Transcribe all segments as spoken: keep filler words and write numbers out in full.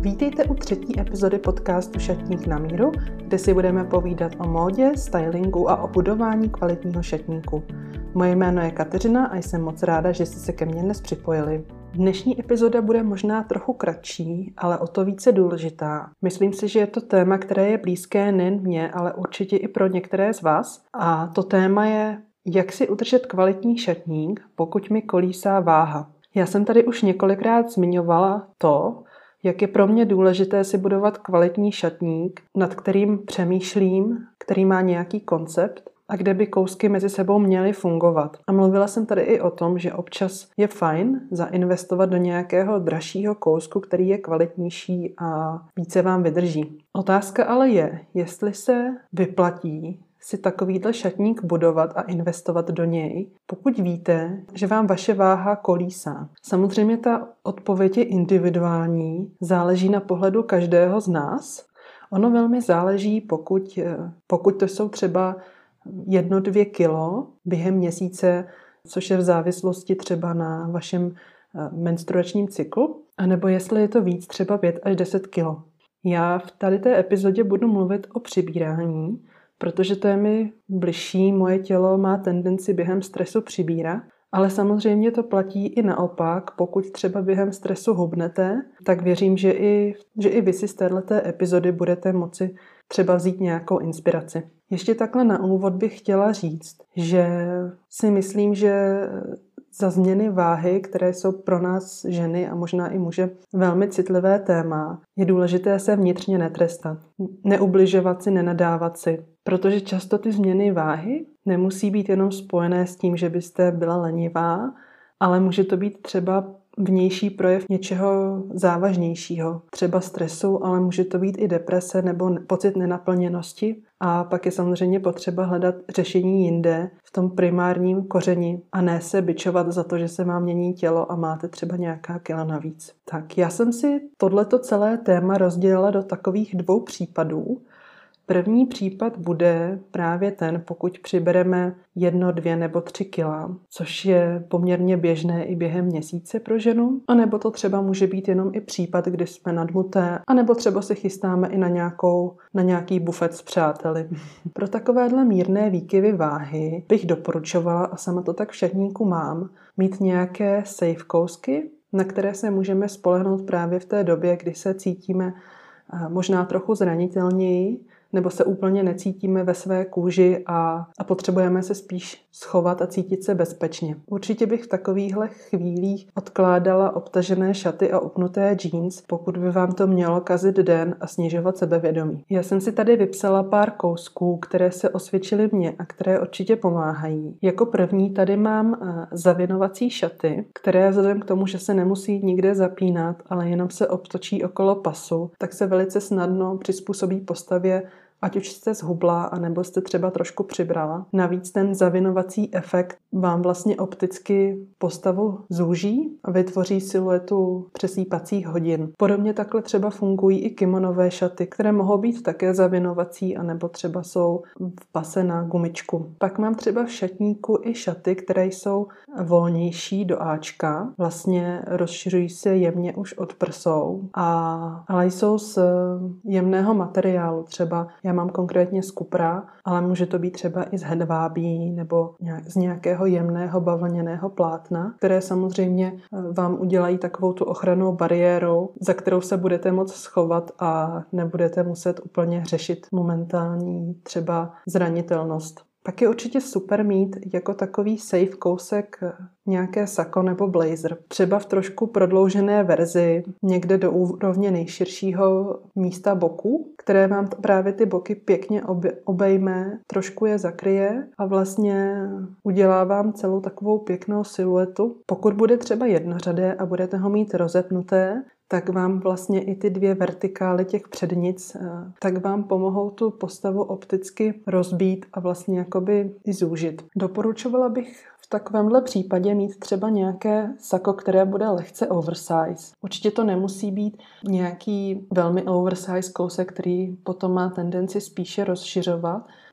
Vítejte u třetí epizody podcastu Šatník na míru, kde si budeme povídat o módě, stylingu a o budování kvalitního šatníku. Moje jméno je Kateřina a jsem moc ráda, že jste se ke mně dnes připojili. Dnešní epizoda bude možná trochu kratší, ale o to více důležitá. Myslím si, že je to téma, které je blízké nejen mně, ale určitě i pro některé z vás. A to téma je, jak si udržet kvalitní šatník, pokud mi kolísá váha. Já jsem tady už několikrát zmiňovala to, jak je pro mě důležité si budovat kvalitní šatník, nad kterým přemýšlím, který má nějaký koncept a kde by kousky mezi sebou měly fungovat. A mluvila jsem tady i o tom, že občas je fajn zainvestovat do nějakého dražšího kousku, který je kvalitnější a více vám vydrží. Otázka ale je, jestli se vyplatí si takovýhle šatník budovat a investovat do něj, pokud víte, že vám vaše váha kolísá. Samozřejmě ta odpověď je individuální, záleží na pohledu každého z nás. Ono velmi záleží, pokud, pokud to jsou třeba jedno, dvě kilo během měsíce, což je v závislosti třeba na vašem menstruačním cyklu, anebo jestli je to víc, třeba pět až deset kilo. Já v tady té epizodě budu mluvit o přibírání, protože to je mi bližší, moje tělo má tendenci během stresu přibírat, ale samozřejmě to platí i naopak, pokud třeba během stresu hubnete, tak věřím, že i, že i vy si z této epizody budete moci třeba vzít nějakou inspiraci. Ještě takhle na úvod bych chtěla říct, že si myslím, že za změny váhy, které jsou pro nás ženy a možná i muže velmi citlivé téma, je důležité se vnitřně netrestat. Neubližovat si, nenadávat si. Protože často ty změny váhy nemusí být jenom spojené s tím, že byste byla lenivá, ale může to být třeba vnější projev něčeho závažnějšího, třeba stresu, ale může to být i deprese nebo pocit nenaplněnosti. A pak je samozřejmě potřeba hledat řešení jinde, v tom primárním kořeni a ne se bičovat za to, že se vám mění tělo a máte třeba nějaká kila navíc. Tak já jsem si tohleto celé téma rozdělila do takových dvou případů. První případ bude právě ten, pokud přibereme jedno, dvě nebo tři kila, což je poměrně běžné i během měsíce pro ženu, anebo to třeba může být jenom i případ, kdy jsme nadmuté, anebo třeba se chystáme i na, nějakou, na nějaký bufet s přáteli. Pro takovéhle mírné výkyvy váhy bych doporučovala, a sama to tak v šatníku mám, mít nějaké safe kousky, na které se můžeme spolehnout právě v té době, kdy se cítíme možná trochu zranitelněji, nebo se úplně necítíme ve své kůži a, a potřebujeme se spíš schovat a cítit se bezpečně. Určitě bych v takovýchhle chvílích odkládala obtažené šaty a upnuté jeans, pokud by vám to mělo kazit den a snižovat sebevědomí. Já jsem si tady vypsala pár kousků, které se osvědčily mně a které určitě pomáhají. Jako první tady mám zavěnovací šaty, které vzhledem k tomu, že se nemusí nikde zapínat, ale jenom se obtočí okolo pasu, tak se velice snadno přizpůsobí postavě, ať už jste zhubla, anebo jste třeba trošku přibrala. Navíc ten zavinovací efekt vám vlastně opticky postavu zúží a vytvoří siluetu přesýpacích hodin. Podobně takhle třeba fungují i kimonové šaty, které mohou být také zavinovací, anebo třeba jsou v pase na gumičku. Pak mám třeba v šatníku i šaty, které jsou volnější do áčka. Vlastně rozšiřují se jemně už od prsou, a, ale jsou z jemného materiálu. Třeba já mám konkrétně z kupra, ale může to být třeba i z hedvábí nebo z nějakého jemného bavlněného plátna, které samozřejmě vám udělají takovou tu ochrannou bariéru, za kterou se budete moct schovat a nebudete muset úplně řešit momentální třeba zranitelnost. Pak je určitě super mít jako takový safe kousek nějaké sako nebo blazer. Třeba v trošku prodloužené verzi, někde do úrovně nejširšího místa boku, které vám právě ty boky pěkně obejme, trošku je zakryje a vlastně udělá vám celou takovou pěknou siluetu. Pokud bude třeba jednořadé a budete ho mít rozepnuté, tak vám vlastně i ty dvě vertikály těch přednic, tak vám pomohou tu postavu opticky rozbít a vlastně jakoby i zúžit. Doporučovala bych v takovémhle případě mít třeba nějaké sako, které bude lehce oversize. Určitě to nemusí být nějaký velmi oversize kousek, který potom má tendenci spíše rozšiřovat,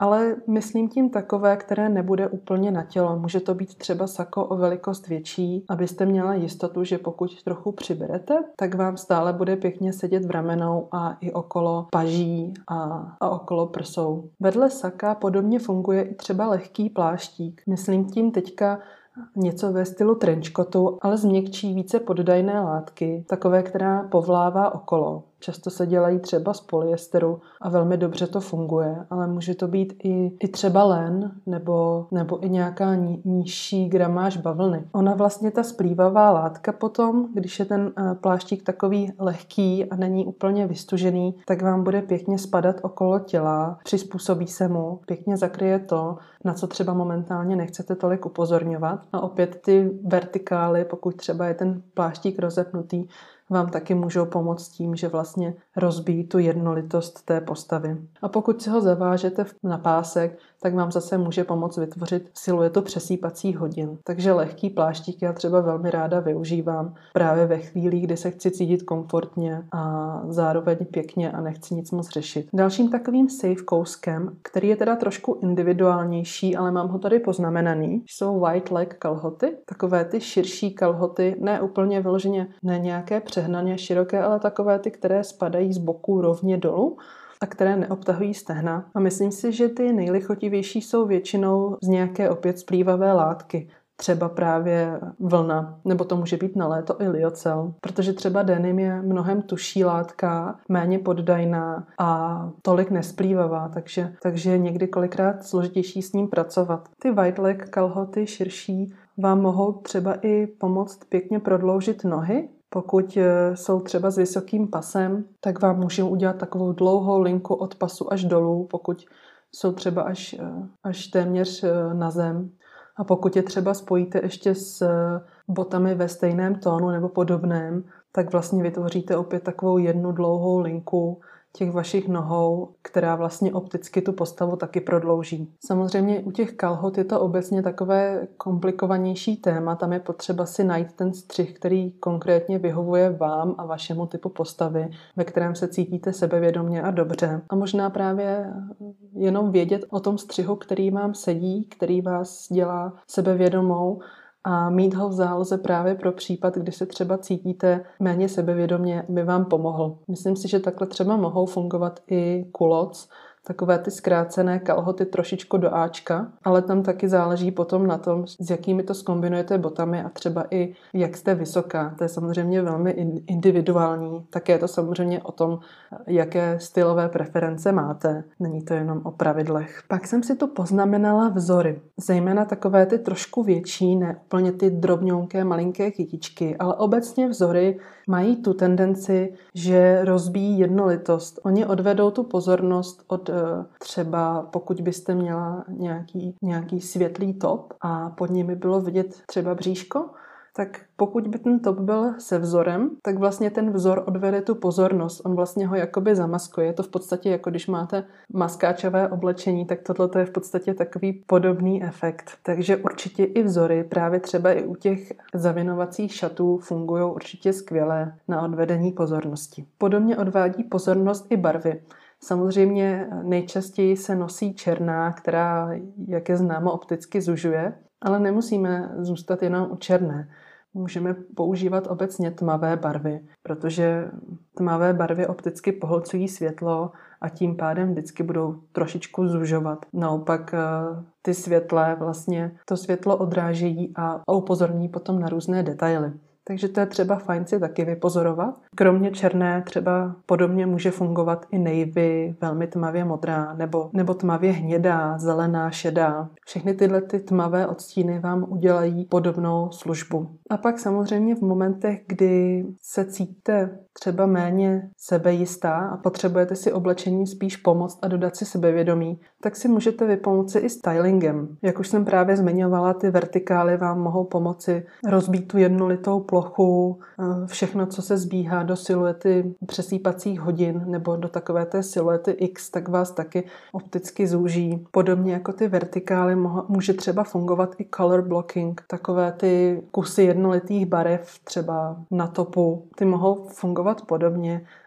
ale myslím tím takové, které nebude úplně na tělo. Může to být třeba sako o velikost větší, abyste měla jistotu, že pokud trochu přiberete, tak vám stále bude pěkně sedět v ramenou a i okolo paží a, a okolo prsou. Vedle saka podobně funguje i třeba lehký pláštík. Myslím tím teďka něco ve stylu trenchcoatu, ale změkčí více poddajné látky, takové, která povlává okolo. Často se dělají třeba z polyesteru a velmi dobře to funguje, ale může to být i, i třeba len nebo, nebo i nějaká ní, nižší gramáž bavlny. Ona vlastně ta splývavá látka potom, když je ten pláštík takový lehký a není úplně vystužený, tak vám bude pěkně spadat okolo těla, přizpůsobí se mu, pěkně zakryje to, na co třeba momentálně nechcete tolik upozorňovat. A opět ty vertikály, pokud třeba je ten pláštík rozepnutý, vám taky můžou pomoct tím, že vlastně rozbíjí tu jednolitost té postavy. A pokud si ho zavážete na pásek, tak vám zase může pomoct vytvořit siluetu přesýpacích hodin. Takže lehký pláštík já třeba velmi ráda využívám právě ve chvíli, kdy se chci cítit komfortně a zároveň pěkně a nechci nic moc řešit. Dalším takovým safe kouskem, který je teda trošku individuálnější, ale mám ho tady poznamenaný, jsou white leg kalhoty. Takové ty širší kalhoty, ne úplně vyloženě, ne nějaké přehnaně široké, ale takové ty, které spadají z boku rovně dolů a které neobtahují stehna. A myslím si, že ty nejlichotivější jsou většinou z nějaké opět splývavé látky. Třeba právě vlna, nebo to může být na léto i lyocell, protože třeba denim je mnohem tužší látka, méně poddajná a tolik nesplývavá, takže, takže je někdy kolikrát složitější s ním pracovat. Ty white leg kalhoty širší vám mohou třeba i pomoct pěkně prodloužit nohy. Pokud jsou třeba s vysokým pasem, tak vám můžou udělat takovou dlouhou linku od pasu až dolů, pokud jsou třeba až, až téměř na zem. A pokud je třeba spojíte ještě s botami ve stejném tónu nebo podobném, tak vlastně vytvoříte opět takovou jednu dlouhou linku těch vašich nohou, která vlastně opticky tu postavu taky prodlouží. Samozřejmě u těch kalhot je to obecně takové komplikovanější téma, tam je potřeba si najít ten střih, který konkrétně vyhovuje vám a vašemu typu postavy, ve kterém se cítíte sebevědomě a dobře. A možná právě jenom vědět o tom střihu, který vám sedí, který vás dělá sebevědomou, a mít ho v záloze právě pro případ, kdy se třeba cítíte méně sebevědomě, by vám pomohl. Myslím si, že takhle třeba mohou fungovat i culottes, takové ty zkrácené kalhoty trošičku do áčka, ale tam taky záleží potom na tom, s jakými to zkombinujete botami a třeba i jak jste vysoká. To je samozřejmě velmi individuální. Také je to samozřejmě o tom, jaké stylové preference máte. Není to jenom o pravidlech. Pak jsem si tu poznamenala vzory. Zejména takové ty trošku větší, ne úplně ty drobňonké malinké kytičky, ale obecně vzory mají tu tendenci, že rozbíjí jednolitost. Oni odvedou tu pozornost od třeba, pokud byste měla nějaký, nějaký světlý top a pod nimi bylo vidět třeba bříško, tak pokud by ten top byl se vzorem, tak vlastně ten vzor odvede tu pozornost. On vlastně ho jakoby zamaskuje. Je to v podstatě jako když máte maskáčové oblečení, tak tohle je v podstatě takový podobný efekt. Takže určitě i vzory, právě třeba i u těch zavinovacích šatů fungují určitě skvěle na odvedení pozornosti. Podobně odvádí pozornost i barvy. Samozřejmě nejčastěji se nosí černá, která, jak je známo, opticky zužuje, ale nemusíme zůstat jenom u černé. Můžeme používat obecně tmavé barvy, protože tmavé barvy opticky pohlcují světlo a tím pádem vždycky budou trošičku zužovat. Naopak ty světlé vlastně to světlo odrážejí a upozorní potom na různé detaily. Takže to je třeba fajn si taky vypozorovat. Kromě černé třeba podobně může fungovat i navy, velmi tmavě modrá, nebo, nebo tmavě hnědá, zelená, šedá. Všechny tyhle ty tmavé odstíny vám udělají podobnou službu. A pak samozřejmě v momentech, kdy se cítíte třeba méně sebejistá a potřebujete si oblečení spíš pomoct a dodat si sebevědomí, tak si můžete vypomoci i stylingem. Jak už jsem právě zmiňovala, ty vertikály vám mohou pomoci rozbít tu jednolitou plochu, všechno, co se zbíhá do siluety přesýpacích hodin nebo do takové té siluety X, tak vás taky opticky zúží. Podobně jako ty vertikály může třeba fungovat i color blocking, takové ty kusy jednolitých barev třeba na topu. Ty mohou fungovat podobně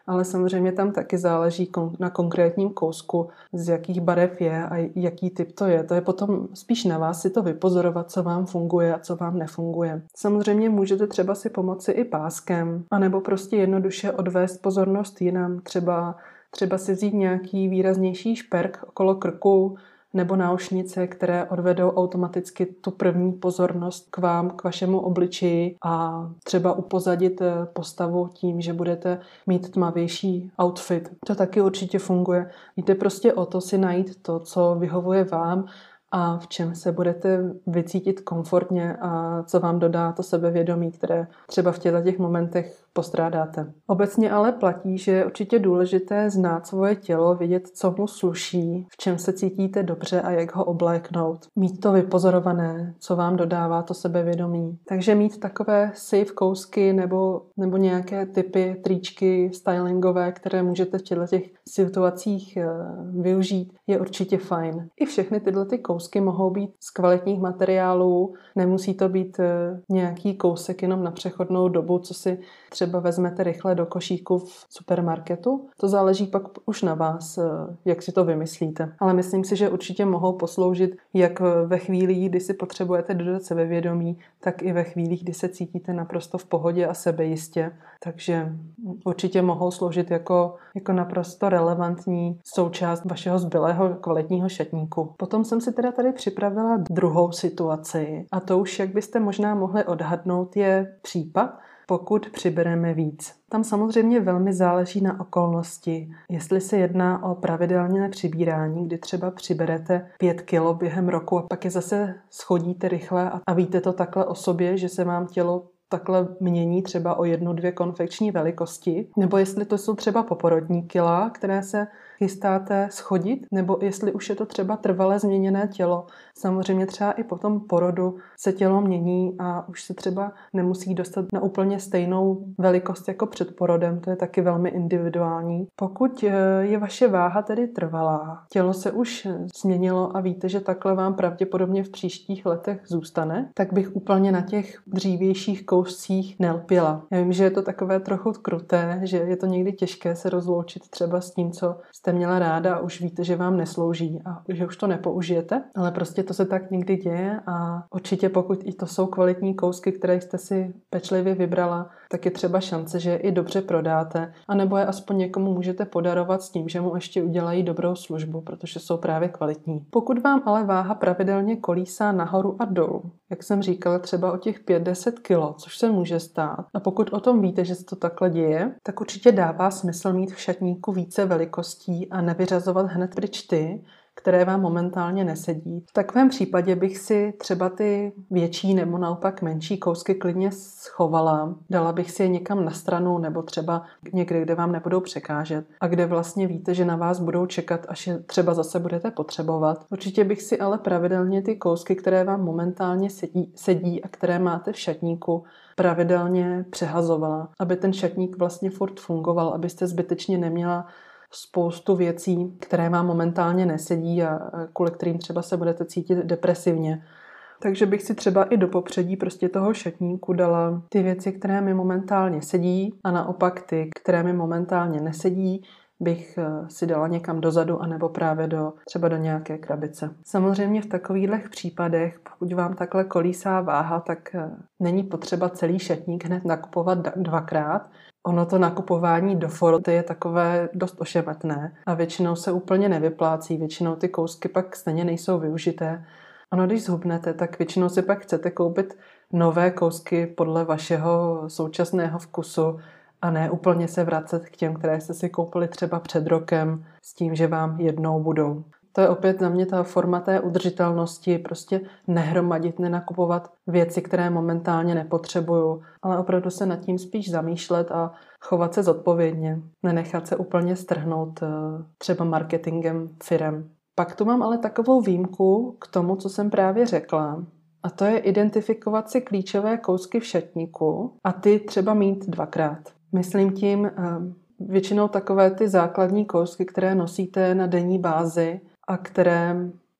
ale samozřejmě tam taky záleží na konkrétním kousku, z jakých barev je a jaký typ to je. To je potom spíš na vás si to vypozorovat, co vám funguje a co vám nefunguje. Samozřejmě můžete třeba si pomoci i páskem, anebo prostě jednoduše odvést pozornost jinam, třeba, třeba si vzít nějaký výraznější šperk okolo krku, nebo náušnice, které odvedou automaticky tu první pozornost k vám, k vašemu obličeji a třeba upozadit postavu tím, že budete mít tmavější outfit. To taky určitě funguje. Jde prostě o to si najít to, co vyhovuje vám a v čem se budete vycítit komfortně a co vám dodá to sebevědomí, které třeba v těchto těch momentech postrádáte. Obecně ale platí, že je určitě důležité znát svoje tělo, vědět, co mu sluší, v čem se cítíte dobře a jak ho obléknout. Mít to vypozorované, co vám dodává to sebevědomí. Takže mít takové safe kousky nebo, nebo nějaké typy, tričky stylingové, které můžete v těchto těch situacích využít, je určitě fajn. I všechny tyhle ty kousky mohou být z kvalitních materiálů, nemusí to být nějaký kousek jenom na přechodnou dobu, co si třeba vezmete rychle do košíku v supermarketu. To záleží pak už na vás, jak si to vymyslíte. Ale myslím si, že určitě mohou posloužit jak ve chvíli, kdy si potřebujete dodat sebevědomí, tak i ve chvílích, kdy se cítíte naprosto v pohodě a sebejistě. Takže určitě mohou sloužit jako, jako naprosto relevantní součást vašeho zbylého kvalitního šatníku. Potom jsem si teda tady připravila druhou situaci a to už, jak byste možná mohli odhadnout, je případ, pokud přibereme víc. Tam samozřejmě velmi záleží na okolnosti. Jestli se jedná o pravidelné přibírání, kdy třeba přiberete pět kilo během roku a pak je zase schodíte rychle a víte to takhle o sobě, že se vám tělo takhle mění třeba o jednu, dvě konfekční velikosti, nebo jestli to jsou třeba poporodní kila, které se chystáte schodit, nebo jestli už je to třeba trvale změněné tělo. Samozřejmě třeba i po tom porodu se tělo mění a už se třeba nemusí dostat na úplně stejnou velikost jako před porodem, to je taky velmi individuální. Pokud je vaše váha tedy trvalá, tělo se už změnilo a víte, že takhle vám pravděpodobně v příštích letech zůstane, tak bych úplně na těch dřívějších kouscích nelpěla. Já vím, že je to takové trochu kruté, že je to někdy těžké se rozloučit třeba s tím, co jste měla ráda a už víte, že vám neslouží a že už to nepoužijete, ale prostě to se tak někdy děje a určitě pokud i to jsou kvalitní kousky, které jste si pečlivě vybrala, tak je třeba šance, že je i dobře prodáte, anebo je aspoň někomu můžete podarovat s tím, že mu ještě udělají dobrou službu, protože jsou právě kvalitní. Pokud vám ale váha pravidelně kolísá nahoru a dolů, jak jsem říkala, třeba o těch pět deset kilo, což se může stát, a pokud o tom víte, že se to takhle děje, tak určitě dává smysl mít v šatníku více velikostí a nevyřazovat hned pryč ty, které vám momentálně nesedí. V takovém případě bych si třeba ty větší nebo naopak menší kousky klidně schovala. Dala bych si je někam na stranu nebo třeba někde, kde vám nebudou překážet a kde vlastně víte, že na vás budou čekat, až je třeba zase budete potřebovat. Určitě bych si ale pravidelně ty kousky, které vám momentálně sedí, sedí a které máte v šatníku, pravidelně přehazovala, aby ten šatník vlastně furt fungoval, abyste zbytečně neměla spoustu věcí, které vám momentálně nesedí a kvůli kterým třeba se budete cítit depresivně. Takže bych si třeba i do popředí prostě toho šatníku dala ty věci, které mi momentálně sedí a naopak ty, které mi momentálně nesedí, bych si dala někam dozadu anebo právě do, třeba do nějaké krabice. Samozřejmě v takových případech, pokud vám takhle kolísá váha, tak není potřeba celý šatník hned nakupovat dvakrát. Ono to nakupování do foroty je takové dost ošemetné a většinou se úplně nevyplácí, většinou ty kousky pak stejně nejsou využité. Ono, když zhubnete, tak většinou si pak chcete koupit nové kousky podle vašeho současného vkusu a ne úplně se vracet k těm, které jste si koupili třeba před rokem s tím, že vám jednou budou. To je opět za mě ta forma té udržitelnosti, prostě nehromadit, nenakupovat věci, které momentálně nepotřebuju, ale opravdu se nad tím spíš zamýšlet a chovat se zodpovědně, nenechat se úplně strhnout třeba marketingem firem. Pak tu mám ale takovou výjimku k tomu, co jsem právě řekla, a to je identifikovat si klíčové kousky v šatníku a ty třeba mít dvakrát. Myslím tím většinou takové ty základní kousky, které nosíte na denní bázi a které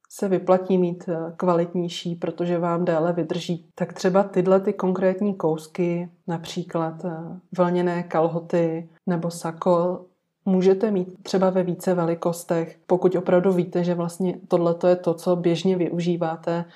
se vyplatí mít kvalitnější, protože vám déle vydrží. Tak třeba tyhle ty konkrétní kousky, například vlněné kalhoty nebo sako, můžete mít třeba ve více velikostech, pokud opravdu víte, že vlastně tohleto je to, co běžně využíváte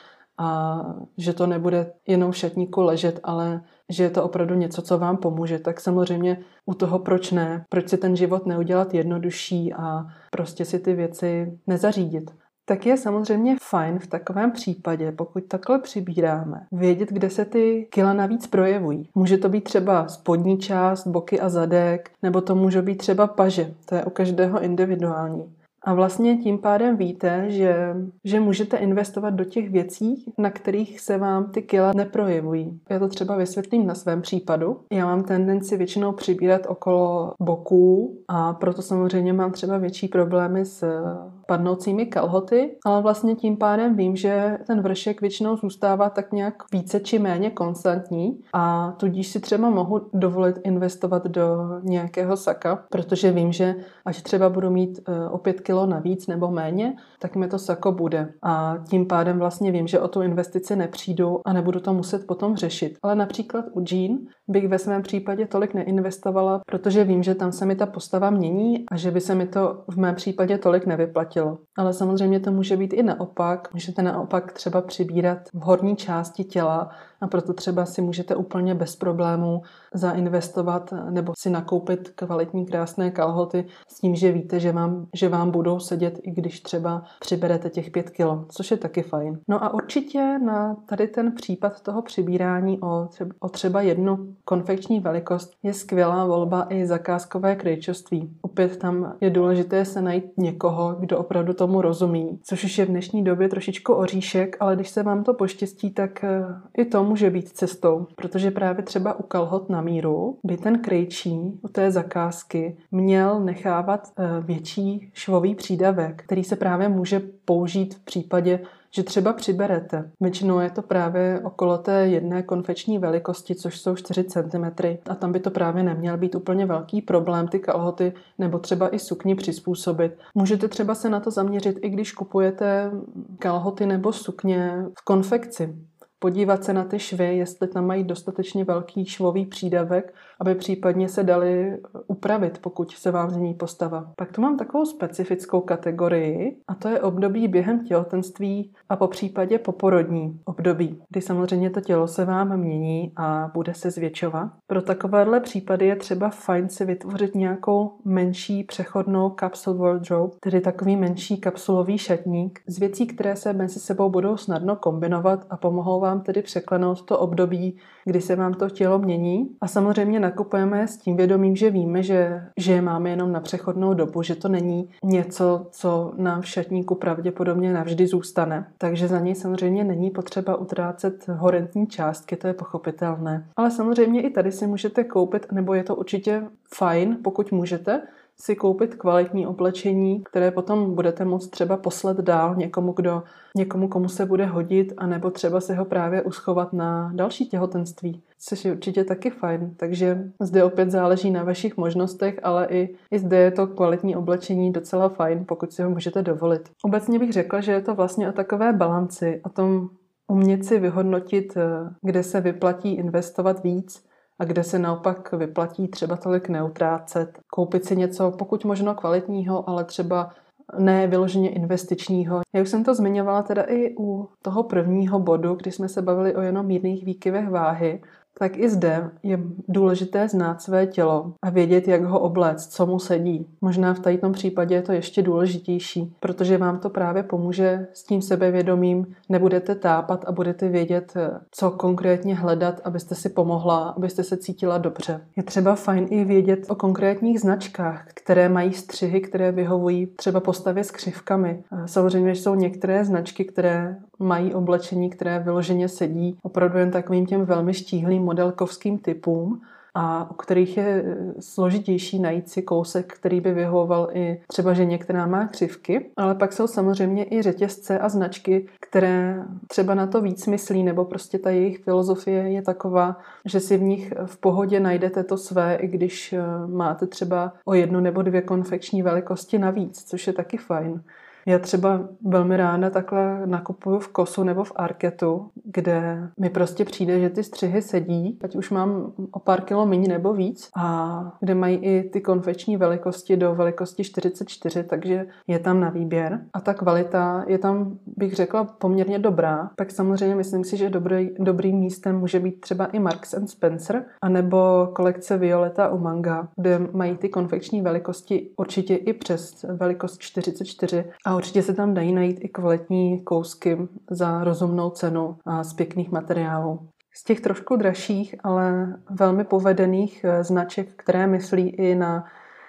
a že to nebude jenom v šatníku ležet, ale že je to opravdu něco, co vám pomůže. Tak samozřejmě u toho proč ne? Proč si ten život neudělat jednodušší a prostě si ty věci nezařídit? Tak je samozřejmě fajn v takovém případě, pokud takhle přibíráme, vědět, kde se ty kila navíc projevují. Může to být třeba spodní část, boky a zadek, nebo to může být třeba paže. To je u každého individuální. A vlastně tím pádem víte, že, že můžete investovat do těch věcí, na kterých se vám ty kila neprojevují. Já to třeba vysvětlím na svém případu. Já mám tendenci většinou přibírat okolo boků a proto samozřejmě mám třeba větší problémy s padnoucími kalhoty, ale vlastně tím pádem vím, že ten vršek většinou zůstává tak nějak více či méně konstantní a tudíž si třeba mohu dovolit investovat do nějakého saka, protože vím, že až třeba budu mít o pět kilo navíc nebo méně, tak mi to sako bude. A tím pádem vlastně vím, že o tu investici nepřijdu a nebudu to muset potom řešit. Ale například u džín bych ve svém případě tolik neinvestovala, protože vím, že tam se mi ta postava mění a že by se mi to v mém případě tolik nevyplatilo. Ale samozřejmě to může být i naopak. Můžete naopak třeba přibírat v horní části těla a proto třeba si můžete úplně bez problémů zainvestovat nebo si nakoupit kvalitní krásné kalhoty s tím, že víte, že vám, že vám budou sedět, i když třeba přiberete těch pět kilo, což je taky fajn. No a určitě na tady ten případ toho přibírání o třeba, o třeba jednu konfekční velikost je skvělá volba i zakázkové krejčoství. Opět tam je důležité se najít někoho, kdo opravdu tomu rozumí, což už je v dnešní době trošičku oříšek, ale když se vám to poštěstí, tak i to může být cestou, protože právě třeba u kalhot na míru by ten krejčí u té zakázky měl nechávat větší švový přídavek, který se právě může použít v případě, že třeba přiberete. Většinou je to právě okolo té jedné konfekční velikosti, což jsou čtyři centimetry a tam by to právě neměl být úplně velký problém ty kalhoty nebo třeba i sukni přizpůsobit. Můžete třeba se na to zaměřit, i když kupujete kalhoty nebo sukně v konfekci. Podívat se na ty švy, jestli tam mají dostatečně velký švový přídavek, aby případně se dali upravit, pokud se vám změní postava. Pak tu mám takovou specifickou kategorii a to je období během těhotenství a po případě poporodní období, kdy samozřejmě to tělo se vám mění a bude se zvětšovat. Pro takovéhle případy je třeba fajn si vytvořit nějakou menší přechodnou capsule wardrobe, tedy takový menší kapsulový šatník z věcí, které se mezi sebou budou snadno kombinovat a pomohou vám tedy překlenout to období, kdy se vám to tělo mění. A samozřejmě nakupujeme s tím vědomím, že víme, že, že je máme jenom na přechodnou dobu, že to není něco, co nám v šatníku pravděpodobně navždy zůstane. Takže za něj samozřejmě není potřeba utrácet horentní částky, to je pochopitelné. Ale samozřejmě i tady si můžete koupit, nebo je to určitě fajn, pokud můžete, si koupit kvalitní oblečení, které potom budete moct třeba poslat dál někomu, kdo, někomu, komu se bude hodit, anebo třeba si ho právě uschovat na další těhotenství, což je určitě taky fajn. Takže zde opět záleží na vašich možnostech, ale i, i zde je to kvalitní oblečení docela fajn, pokud si ho můžete dovolit. Obecně bych řekla, že je to vlastně o takové balanci, o tom umět si vyhodnotit, kde se vyplatí investovat víc, a kde se naopak vyplatí třeba tolik neutrácet. Koupit si něco pokud možno kvalitního, ale třeba ne vyloženě investičního. Já už jsem to zmiňovala teda i u toho prvního bodu, kdy jsme se bavili o jenom mírných výkyvech váhy, tak i zde je důležité znát své tělo a vědět, jak ho obléct, co mu sedí. Možná v tady tom případě je to ještě důležitější, protože vám to právě pomůže s tím sebevědomím, nebudete tápat a budete vědět, co konkrétně hledat, abyste si pomohla, abyste se cítila dobře. Je třeba fajn i vědět o konkrétních značkách, které mají střihy, které vyhovují třeba postavě s křivkami. Samozřejmě jsou některé značky, které mají oblečení, které vyloženě sedí opravdu jen takovým těm velmi štíhlým modelkovským typům a u kterých je složitější najít si kousek, který by vyhovoval i třeba ženě, která má křivky. Ale pak jsou samozřejmě i řetězce a značky, které třeba na to víc myslí, nebo prostě ta jejich filozofie je taková, že si v nich v pohodě najdete to své, i když máte třeba o jednu nebo dvě konfekční velikosti navíc, což je taky fajn. Já třeba velmi ráda takhle nakupuju v Kosu nebo v Arketu, kde mi prostě přijde, že ty střihy sedí, ať už mám o pár kilo míň nebo víc, a kde mají i ty konfekční velikosti do velikosti čtyřicet čtyři, takže je tam na výběr. A ta kvalita je tam, bych řekla, poměrně dobrá. Tak samozřejmě myslím si, že dobrý, dobrým místem může být třeba i Marks and Spencer, anebo kolekce Violeta u Manga, kde mají ty konfekční velikosti určitě i přes velikost čtyřicet čtyři a určitě se tam dají najít i kvalitní kousky za rozumnou cenu a z pěkných materiálů. Z těch trošku dražších, ale velmi povedených značek, které myslí i na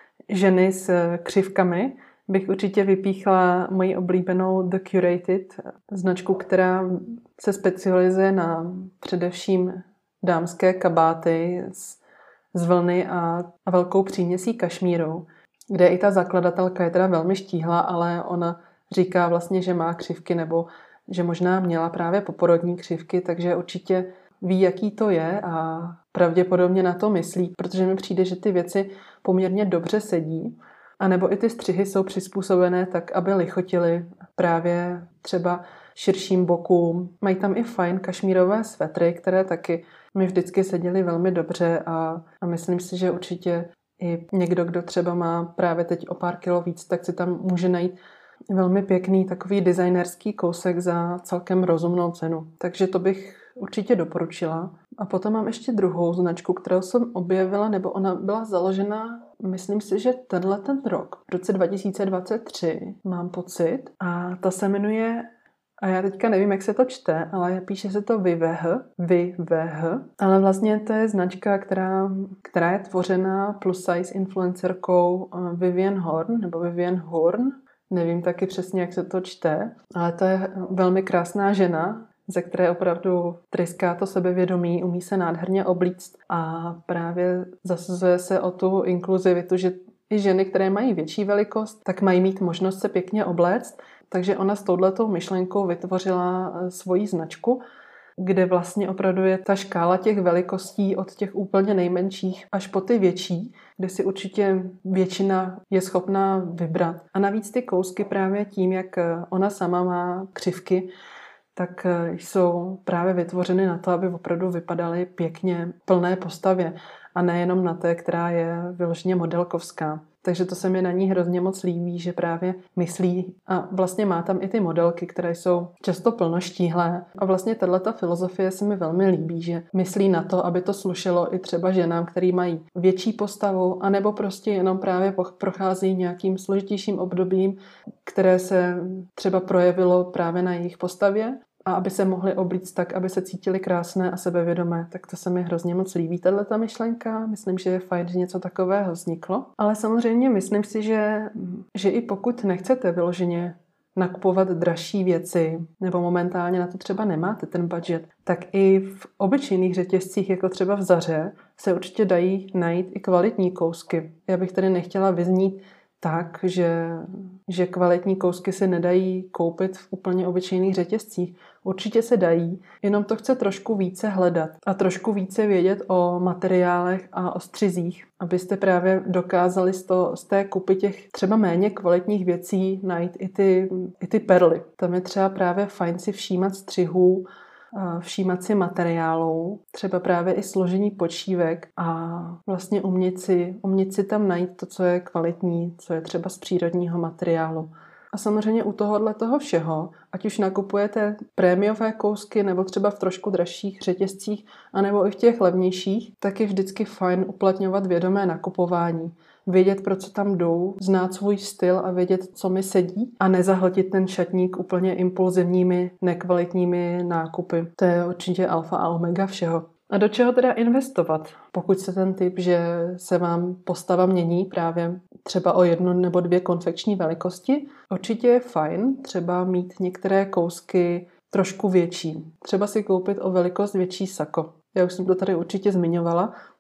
ženy s křivkami, bych určitě vypíchla moji oblíbenou The Curated, značku, která se specializuje na především dámské kabáty z, z vlny a, a velkou příměsí kašmíru, kde i ta zakladatelka je teda velmi štíhlá, ale ona říká vlastně, že má křivky nebo že možná měla právě poporodní křivky, takže určitě ví, jaký to je a pravděpodobně na to myslí, protože mi přijde, že ty věci poměrně dobře sedí. A nebo i ty střihy jsou přizpůsobené tak, aby lichotily právě třeba širším bokům. Mají tam i fajn kašmírové svetry, které taky mi vždycky seděly velmi dobře a, a myslím si, že určitě i někdo, kdo třeba má právě teď o pár kilo víc, tak si tam může najít velmi pěkný takový designerský kousek za celkem rozumnou cenu. Takže to bych určitě doporučila. A potom mám ještě druhou značku, kterou jsem objevila, nebo ona byla založena, myslím si, že tenhle ten rok, v roce dva tisíce dvacet tři, mám pocit. A ta se jmenuje, a já teďka nevím, jak se to čte, ale píše se to Viveh, Viveh, ale vlastně to je značka, která, která je tvořena plus size influencerkou Vivienne Horn, nebo Vivienne Horn. Nevím taky přesně, jak se to čte, ale to je velmi krásná žena, ze které opravdu tryská to sebevědomí, umí se nádherně oblíct a právě zasazuje se o tu inkluzivitu, že i ženy, které mají větší velikost, tak mají mít možnost se pěkně obléct. Takže ona s touhletou myšlenkou vytvořila svoji značku, kde vlastně opravdu je ta škála těch velikostí od těch úplně nejmenších až po ty větší, kde si určitě většina je schopná vybrat. A navíc ty kousky právě tím, jak ona sama má křivky, tak jsou právě vytvořeny na to, aby opravdu vypadaly pěkně plné postavě a nejenom na té, která je vyloženě modelkovská. Takže to se mi na ní hrozně moc líbí, že právě myslí a vlastně má tam i ty modelky, které jsou často plnoštíhlé. A vlastně tato filozofie se mi velmi líbí, že myslí na to, aby to slušelo i třeba ženám, který mají větší postavu, anebo prostě jenom právě prochází nějakým složitějším obdobím, které se třeba projevilo právě na jejich postavě. A aby se mohli oblíct tak, aby se cítili krásné a sebevědomé. Tak to se mi hrozně moc líbí, tato myšlenka. Myslím, že je fajn, že něco takového vzniklo. Ale samozřejmě myslím si, že, že i pokud nechcete vyloženě nakupovat dražší věci, nebo momentálně na to třeba nemáte ten budget, tak i v obyčejných řetězcích, jako třeba v Zaře, se určitě dají najít i kvalitní kousky. Já bych tady nechtěla vyznít tak, že, že kvalitní kousky se nedají koupit v úplně obyčejných řetězcích. Určitě se dají, jenom to chce trošku více hledat a trošku více vědět o materiálech a o střizích, abyste právě dokázali z, to, z té kupy těch třeba méně kvalitních věcí najít i ty, i ty perly. Tam je třeba právě fajn si všímat střihů, všímat si materiálů, třeba právě i složení počívek a vlastně umět si, umět si tam najít to, co je kvalitní, co je třeba z přírodního materiálu. A samozřejmě u tohohle toho všeho, ať už nakupujete prémiové kousky nebo třeba v trošku dražších řetězcích, anebo i v těch levnějších, tak je vždycky fajn uplatňovat vědomé nakupování. Vědět, pro co tam jdou, znát svůj styl a vědět, co mi sedí a nezahltit ten šatník úplně impulzivními, nekvalitními nákupy. To je určitě alfa a omega všeho. A do čeho teda investovat? Pokud se ten typ, že se vám postava mění právě třeba o jednu nebo dvě konfekční velikosti, určitě je fajn třeba mít některé kousky trošku větší. Třeba si koupit o velikost větší sako. Já už jsem to tady určitě zmiňovala,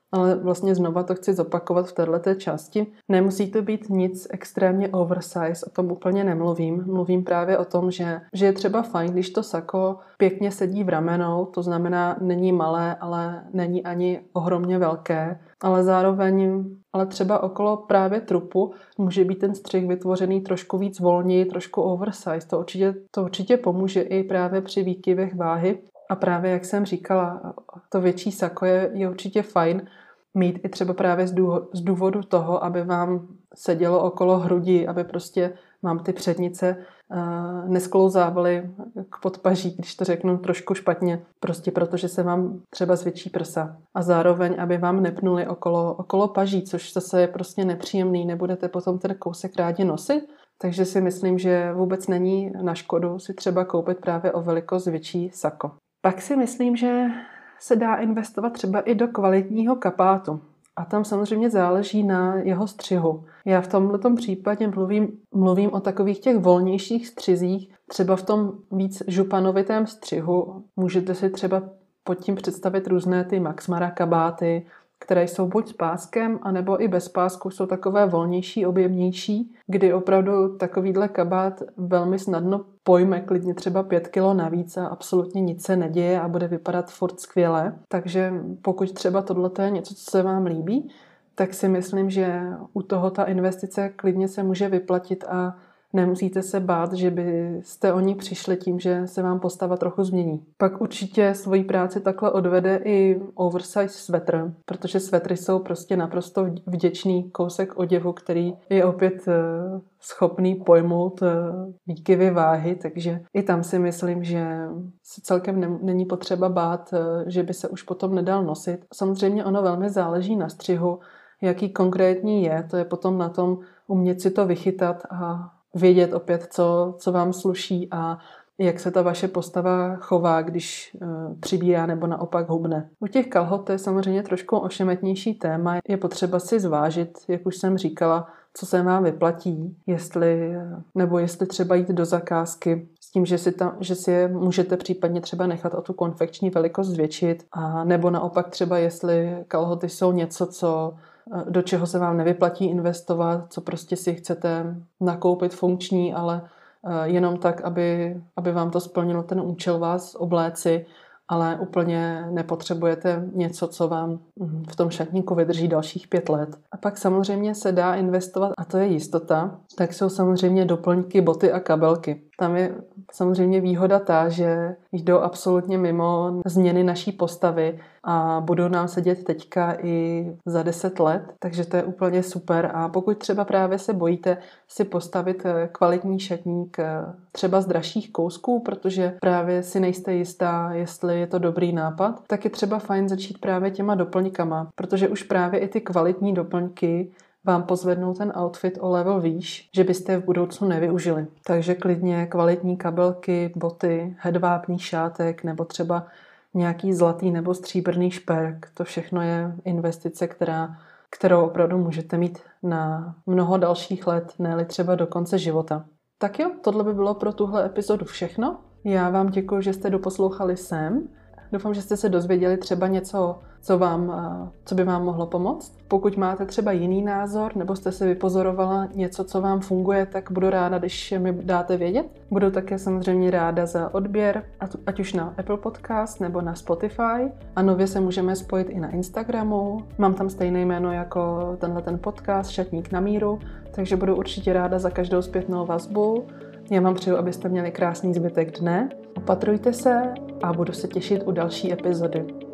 ale vlastně znova to chci zopakovat v této části. Nemusí to být nic extrémně oversize, o tom úplně nemluvím. Mluvím právě o tom, že, že je třeba fajn, když to sako pěkně sedí v ramenou, to znamená není malé, ale není ani ohromně velké, ale zároveň, ale třeba okolo právě trupu může být ten střih vytvořený trošku víc volněji, trošku oversize. To určitě, to určitě pomůže i právě při výkyvech váhy. A právě, jak jsem říkala, to větší sako je, je určitě fajn mít i třeba právě z důvodu, z důvodu toho, aby vám sedělo okolo hrudi, aby prostě vám ty přednice uh, nesklouzávaly k podpaží, když to řeknu trošku špatně, prostě protože se vám třeba zvětší prsa. A zároveň, aby vám nepnuli okolo, okolo paží, což zase je prostě nepříjemný, nebudete potom ten kousek rádi nosit. Takže si myslím, že vůbec není na škodu si třeba koupit právě o velikost větší sako. Pak si myslím, že se dá investovat třeba i do kvalitního kapátu. A tam samozřejmě záleží na jeho střihu. Já v tomto případě mluvím, mluvím o takových těch volnějších střizích, třeba v tom víc županovitém střihu. Můžete si třeba pod tím představit různé ty Max Mara kabáty, které jsou buď s páskem, anebo i bez pásku, jsou takové volnější, objemnější, kdy opravdu takovýhle kabát velmi snadno pojme klidně třeba pět kilo navíc a absolutně nic se neděje a bude vypadat furt skvěle. Takže pokud třeba tohle je něco, co se vám líbí, tak si myslím, že u toho ta investice klidně se může vyplatit a nemusíte se bát, že byste o ní přišli tím, že se vám postava trochu změní. Pak určitě svoji práci takhle odvede i oversize svetr, protože svetry jsou prostě naprosto vděčný kousek oděvu, který je opět schopný pojmout výkyvy váhy, takže i tam si myslím, že se celkem není potřeba bát, že by se už potom nedal nosit. Samozřejmě ono velmi záleží na střihu, jaký konkrétní je, to je potom na tom umět si to vychytat a vědět opět, co, co vám sluší a jak se ta vaše postava chová, když e, přibírá nebo naopak hubne. U těch kalhot to je samozřejmě trošku ošemetnější téma. Je potřeba si zvážit, jak už jsem říkala, co se vám vyplatí, jestli, nebo jestli třeba jít do zakázky s tím, že si, tam, že si je můžete případně třeba nechat o tu konfekční velikost zvětšit, a nebo naopak třeba jestli kalhoty jsou něco, co do čeho se vám nevyplatí investovat, co prostě si chcete nakoupit funkční, ale jenom tak, aby, aby vám to splnilo ten účel vás obléci, ale úplně nepotřebujete něco, co vám v tom šatníku vydrží dalších pět let. A pak samozřejmě se dá investovat, a to je jistota, tak jsou samozřejmě doplňky, boty a kabelky. Tam je samozřejmě výhoda ta, že jdou absolutně mimo změny naší postavy a budou nám sedět teďka i za deset let, takže to je úplně super. A pokud třeba právě se bojíte si postavit kvalitní šatník třeba z dražších kousků, protože právě si nejste jistá, jestli je to dobrý nápad, tak je třeba fajn začít právě těma doplňkama, protože už právě i ty kvalitní doplňky vám pozvednou ten outfit o level výš, že byste je v budoucnu nevyužili. Takže klidně kvalitní kabelky, boty, hedvábný šátek nebo třeba nějaký zlatý nebo stříbrný šperk. To všechno je investice, která, kterou opravdu můžete mít na mnoho dalších let, ne-li třeba do konce života. Tak jo, tohle by bylo pro tuhle epizodu všechno. Já vám děkuji, že jste doposlouchali sem. Doufám, že jste se dozvěděli třeba něco, co, vám, co by vám mohlo pomoct. Pokud máte třeba jiný názor, nebo jste si vypozorovala něco, co vám funguje, tak budu ráda, když mi dáte vědět. Budu také samozřejmě ráda za odběr, ať už na Apple Podcast nebo na Spotify. A nově se můžeme spojit i na Instagramu. Mám tam stejné jméno jako tenhle ten podcast, Šatník na míru, takže budu určitě ráda za každou zpětnou vazbu. Já vám přeju, abyste měli krásný zbytek dne. Opatrujte se a budu se těšit u další epizody.